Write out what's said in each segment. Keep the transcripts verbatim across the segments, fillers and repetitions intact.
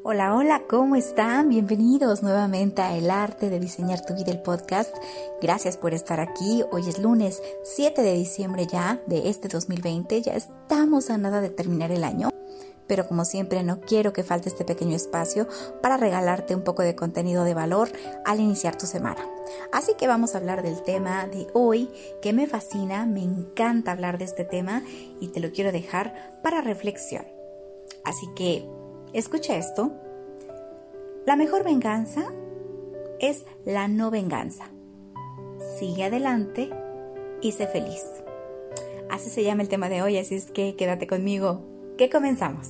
Hola, hola, ¿cómo están? Bienvenidos nuevamente a El Arte de Diseñar Tu Vida, el podcast. Gracias por estar aquí. Hoy es lunes siete de diciembre ya de este dos mil veinte. Ya estamos a nada de terminar el año. Pero como siempre no quiero que falte este pequeño espacio para regalarte un poco de contenido de valor al iniciar tu semana. Así que vamos a hablar del tema de hoy que me fascina, me encanta hablar de este tema y te lo quiero dejar para reflexión. Así que escucha esto. La mejor venganza es la no venganza. Sigue adelante y sé feliz. Así se llama el tema de hoy, así es que quédate conmigo. ¿Qué comenzamos?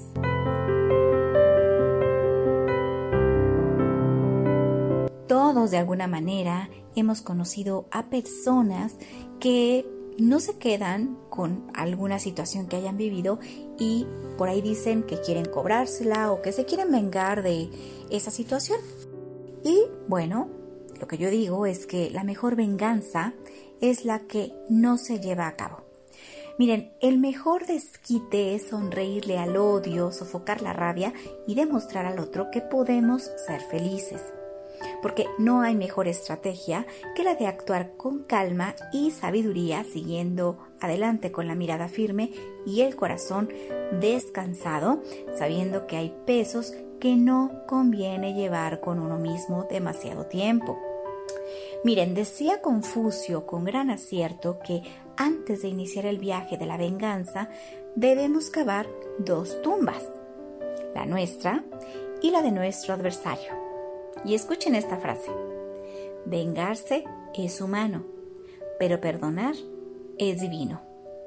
Todos de alguna manera hemos conocido a personas que no se quedan con alguna situación que hayan vivido y por ahí dicen que quieren cobrársela o que se quieren vengar de esa situación. Y bueno, lo que yo digo es que la mejor venganza es la que no se lleva a cabo. Miren, el mejor desquite es sonreírle al odio, sofocar la rabia y demostrar al otro que podemos ser felices. Porque no hay mejor estrategia que la de actuar con calma y sabiduría, siguiendo adelante con la mirada firme y el corazón descansado, sabiendo que hay pesos que no conviene llevar con uno mismo demasiado tiempo. Miren, decía Confucio con gran acierto que antes de iniciar el viaje de la venganza debemos cavar dos tumbas, la nuestra y la de nuestro adversario. Y escuchen esta frase: vengarse es humano, pero perdonar es divino.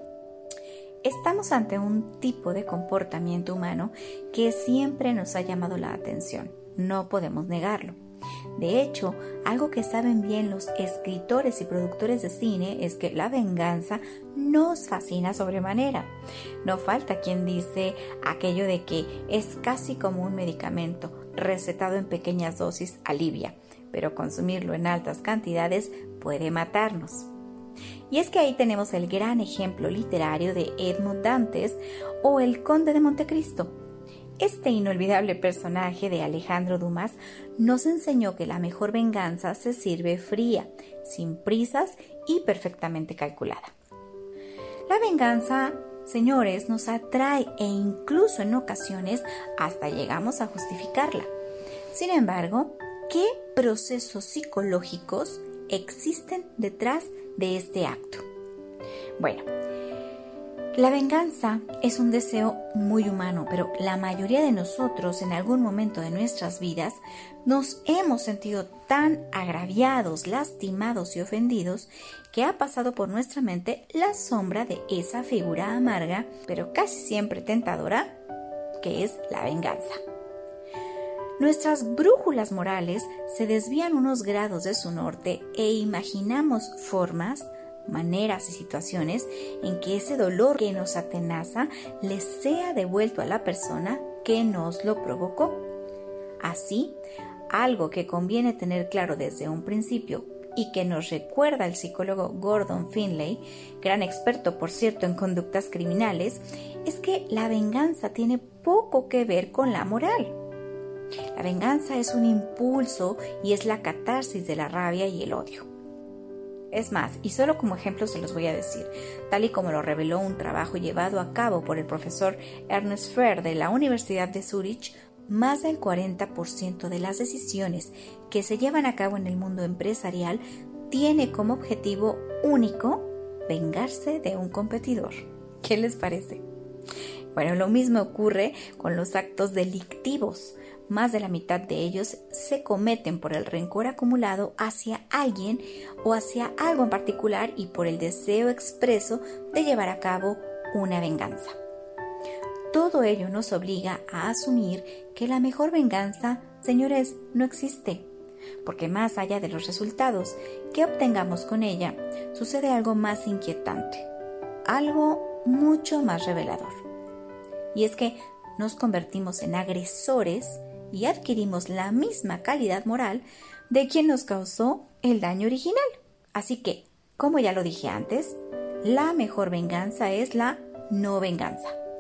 Estamos ante un tipo de comportamiento humano que siempre nos ha llamado la atención, no podemos negarlo. De hecho, algo que saben bien los escritores y productores de cine es que la venganza nos fascina sobremanera. No falta quien dice aquello de que es casi como un medicamento, recetado en pequeñas dosis alivia, pero consumirlo en altas cantidades puede matarnos. Y es que ahí tenemos el gran ejemplo literario de Edmond Dantes o el Conde de Montecristo. Este inolvidable personaje de Alejandro Dumas nos enseñó que la mejor venganza se sirve fría, sin prisas y perfectamente calculada. La venganza, señores, nos atrae e incluso en ocasiones hasta llegamos a justificarla. Sin embargo, ¿qué procesos psicológicos existen detrás de este acto? Bueno, la venganza es un deseo muy humano, pero la mayoría de nosotros en algún momento de nuestras vidas nos hemos sentido tan agraviados, lastimados y ofendidos que ha pasado por nuestra mente la sombra de esa figura amarga, pero casi siempre tentadora, que es la venganza. Nuestras brújulas morales se desvían unos grados de su norte e imaginamos formas, maneras y situaciones en que ese dolor que nos atenaza le sea devuelto a la persona que nos lo provocó. Así, algo que conviene tener claro desde un principio y que nos recuerda el psicólogo Gordon Finlay, gran experto por cierto en conductas criminales, es que la venganza tiene poco que ver con la moral. La venganza es un impulso y es la catarsis de la rabia y el odio. Es más, y solo como ejemplo se los voy a decir, tal y como lo reveló un trabajo llevado a cabo por el profesor Ernest Fehr de la Universidad de Zúrich, más del cuarenta por ciento de las decisiones que se llevan a cabo en el mundo empresarial tiene como objetivo único vengarse de un competidor. ¿Qué les parece? Bueno, lo mismo ocurre con los actos delictivos. Más de la mitad de ellos se cometen por el rencor acumulado hacia alguien o hacia algo en particular y por el deseo expreso de llevar a cabo una venganza. Todo ello nos obliga a asumir que la mejor venganza, señores, no existe, porque más allá de los resultados que obtengamos con ella, sucede algo más inquietante, algo mucho más revelador. Y es que nos convertimos en agresores y adquirimos la misma calidad moral de quien nos causó el daño original. Así que, como ya lo dije antes, la mejor venganza es la no venganza.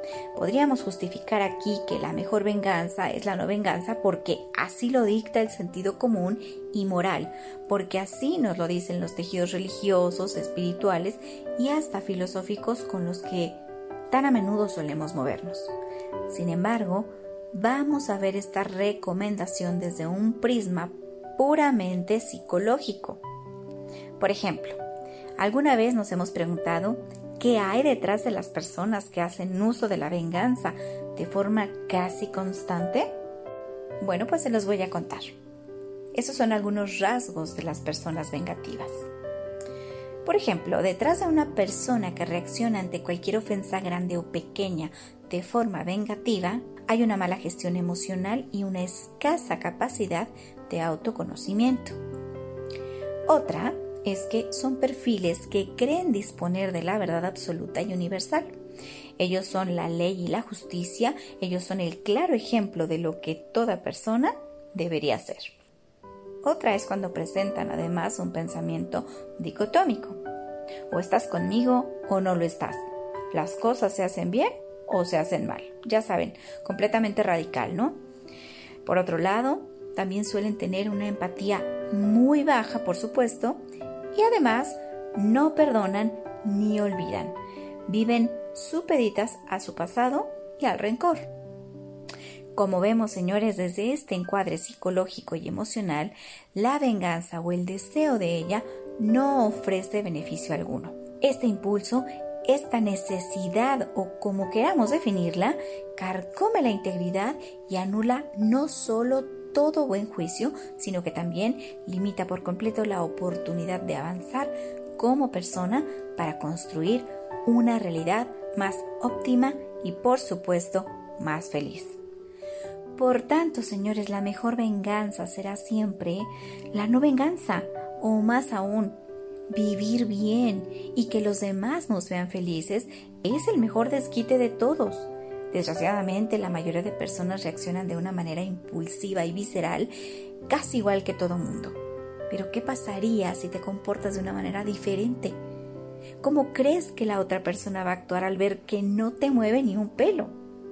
Podríamos justificar aquí que la mejor venganza es la no venganza porque así lo dicta el sentido común y moral, porque así nos lo dicen los tejidos religiosos, espirituales y hasta filosóficos con los que tan a menudo solemos movernos. Sin embargo, vamos a ver esta recomendación desde un prisma puramente psicológico. Por ejemplo, ¿alguna vez nos hemos preguntado qué hay detrás de las personas que hacen uso de la venganza de forma casi constante? Bueno, pues se los voy a contar. Esos son algunos rasgos de las personas vengativas. Por ejemplo, detrás de una persona que reacciona ante cualquier ofensa grande o pequeña de forma vengativa, hay una mala gestión emocional y una escasa capacidad de autoconocimiento. Otra es que son perfiles que creen disponer de la verdad absoluta y universal. Ellos son la ley y la justicia, ellos son el claro ejemplo de lo que toda persona debería ser. Otra es cuando presentan además un pensamiento dicotómico. O estás conmigo o no lo estás. Las cosas se hacen bien o se hacen mal. Ya saben, completamente radical, ¿no? Por otro lado, también suelen tener una empatía muy baja, por supuesto, y además no perdonan ni olvidan. Viven supeditas a su pasado y al rencor. Como vemos, señores, desde este encuadre psicológico y emocional, la venganza o el deseo de ella no ofrece beneficio alguno. Este impulso, esta necesidad o como queramos definirla, carcome la integridad y anula no solo todo buen juicio, sino que también limita por completo la oportunidad de avanzar como persona para construir una realidad más óptima y, por supuesto, más feliz. Por tanto, señores, la mejor venganza será siempre la no venganza, o más aún, vivir bien y que los demás nos vean felices es el mejor desquite de todos. Desgraciadamente, la mayoría de personas reaccionan de una manera impulsiva y visceral, casi igual que todo mundo. Pero, ¿qué pasaría si te comportas de una manera diferente? ¿Cómo crees que la otra persona va a actuar al ver que no te mueve ni un pelo?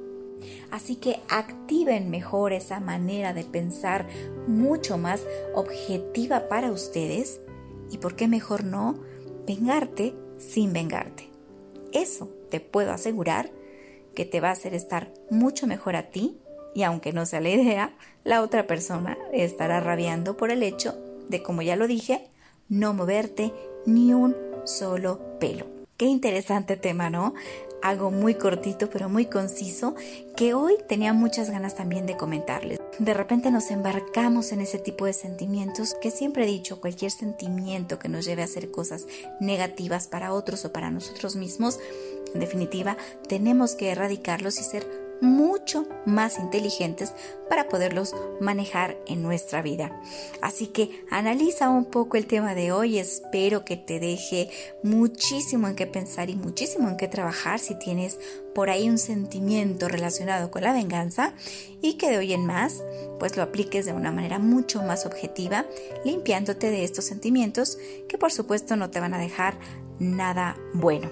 Así que activen mejor esa manera de pensar mucho más objetiva para ustedes y, ¿por qué mejor no?, vengarte sin vengarte. Eso te puedo asegurar que te va a hacer estar mucho mejor a ti y, aunque no sea la idea, la otra persona estará rabiando por el hecho de, como ya lo dije, no moverte ni un solo pelo. Qué interesante tema, ¿no? Algo muy cortito pero muy conciso que hoy tenía muchas ganas también de comentarles. De repente nos embarcamos en ese tipo de sentimientos que siempre he dicho, cualquier sentimiento que nos lleve a hacer cosas negativas para otros o para nosotros mismos, en definitiva, tenemos que erradicarlos y ser mucho más inteligentes para poderlos manejar en nuestra vida. Así que analiza un poco el tema de hoy. Espero que te deje muchísimo en qué pensar y muchísimo en qué trabajar si tienes por ahí un sentimiento relacionado con la venganza, y que de hoy en más pues lo apliques de una manera mucho más objetiva, limpiándote de estos sentimientos que por supuesto no te van a dejar nada bueno.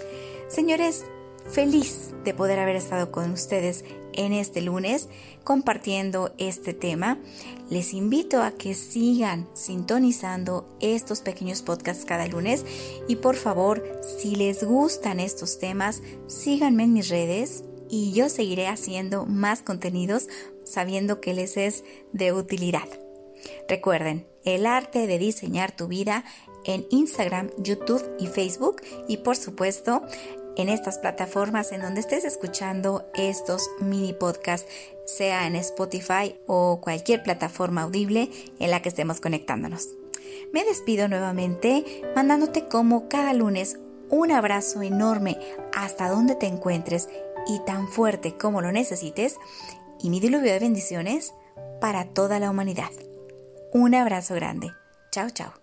Señores, feliz de poder haber estado con ustedes en este lunes compartiendo este tema. Les invito a que sigan sintonizando estos pequeños podcasts cada lunes y, por favor, si les gustan estos temas, síganme en mis redes y yo seguiré haciendo más contenidos sabiendo que les es de utilidad. Recuerden, el arte de diseñar tu vida en Instagram, YouTube y Facebook, y por supuesto en estas plataformas en donde estés escuchando estos mini podcasts, sea en Spotify o cualquier plataforma audible en la que estemos conectándonos. Me despido nuevamente mandándote, como cada lunes, un abrazo enorme hasta donde te encuentres y tan fuerte como lo necesites, y mi diluvio de bendiciones para toda la humanidad. Un abrazo grande. Chao, chao.